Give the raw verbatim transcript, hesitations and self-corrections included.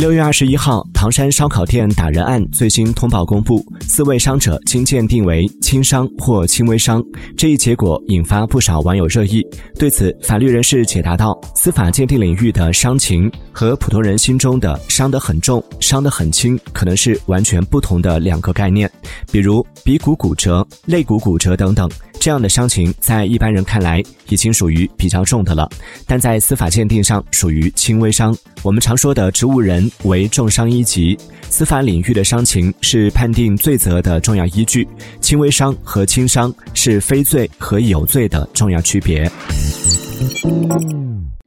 六月二十一号，唐山烧烤店打人案最新通报公布，四位伤者经鉴定为轻伤或轻微伤，这一结果引发不少网友热议。对此，法律人士解答道，司法鉴定领域的伤情和普通人心中的伤得很重、伤得很轻可能是完全不同的两个概念。比如鼻骨骨折、肋骨骨折等等，这样的伤情在一般人看来已经属于比较重的了，但在司法鉴定上属于轻微伤。我们常说的植物人为重伤一级，司法领域的伤情是判定罪责的重要依据，轻微伤和轻伤是非罪和有罪的重要区别。